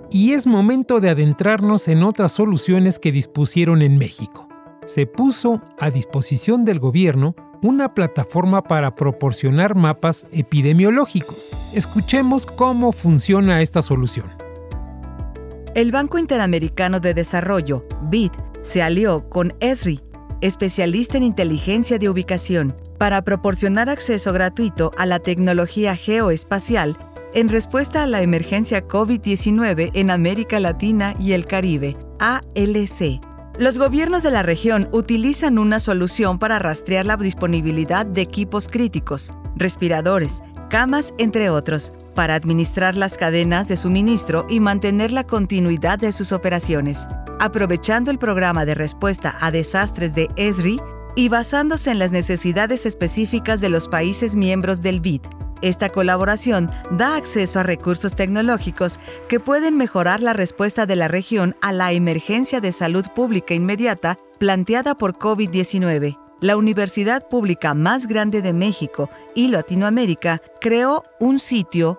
y es momento de adentrarnos en otras soluciones que dispusieron en México. Se puso a disposición del gobierno una plataforma para proporcionar mapas epidemiológicos. Escuchemos cómo funciona esta solución. El Banco Interamericano de Desarrollo, BID, se alió con Esri, especialista en inteligencia de ubicación, para proporcionar acceso gratuito a la tecnología geoespacial en respuesta a la emergencia COVID-19 en América Latina y el Caribe, ALC. Los gobiernos de la región utilizan una solución para rastrear la disponibilidad de equipos críticos, respiradores, camas, entre otros, para administrar las cadenas de suministro y mantener la continuidad de sus operaciones. Aprovechando el programa de respuesta a desastres de ESRI y basándose en las necesidades específicas de los países miembros del BID, esta colaboración da acceso a recursos tecnológicos que pueden mejorar la respuesta de la región a la emergencia de salud pública inmediata planteada por COVID-19. La universidad pública más grande de México y Latinoamérica creó un sitio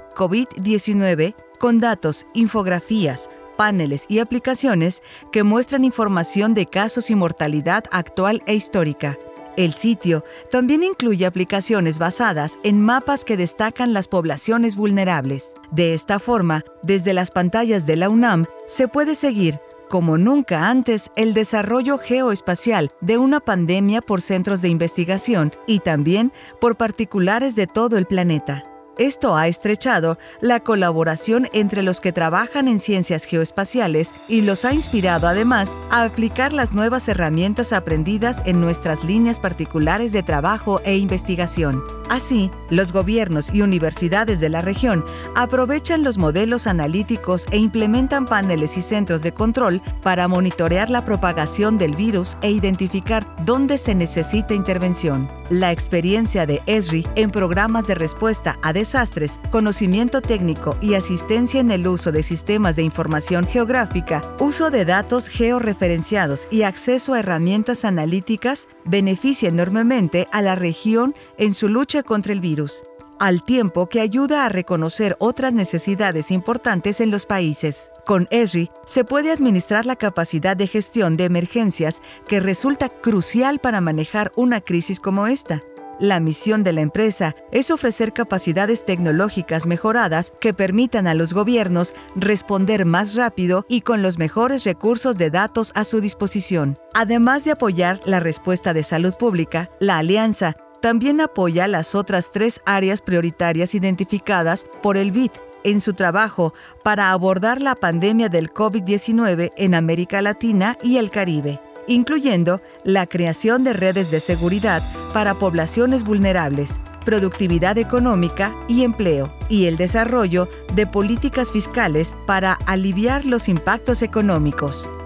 UPCOVID-19 con datos, infografías, paneles y aplicaciones que muestran información de casos y mortalidad actual e histórica. El sitio también incluye aplicaciones basadas en mapas que destacan las poblaciones vulnerables. De esta forma, desde las pantallas de la UNAM se puede seguir, como nunca antes, el desarrollo geoespacial de una pandemia por centros de investigación y también por particulares de todo el planeta. Esto ha estrechado la colaboración entre los que trabajan en ciencias geoespaciales y los ha inspirado además a aplicar las nuevas herramientas aprendidas en nuestras líneas particulares de trabajo e investigación. Así, los gobiernos y universidades de la región aprovechan los modelos analíticos e implementan paneles y centros de control para monitorear la propagación del virus e identificar dónde se necesita intervención. La experiencia de ESRI en programas de respuesta a desastres, conocimiento técnico y asistencia en el uso de sistemas de información geográfica, uso de datos georreferenciados y acceso a herramientas analíticas beneficia enormemente a la región en su lucha contra el virus, al tiempo que ayuda a reconocer otras necesidades importantes en los países. Con ESRI se puede administrar la capacidad de gestión de emergencias que resulta crucial para manejar una crisis como esta. La misión de la empresa es ofrecer capacidades tecnológicas mejoradas que permitan a los gobiernos responder más rápido y con los mejores recursos de datos a su disposición. Además de apoyar la respuesta de salud pública, la alianza también apoya las otras 3 áreas prioritarias identificadas por el BID en su trabajo para abordar la pandemia del COVID-19 en América Latina y el Caribe, incluyendo la creación de redes de seguridad para poblaciones vulnerables, productividad económica y empleo, y el desarrollo de políticas fiscales para aliviar los impactos económicos.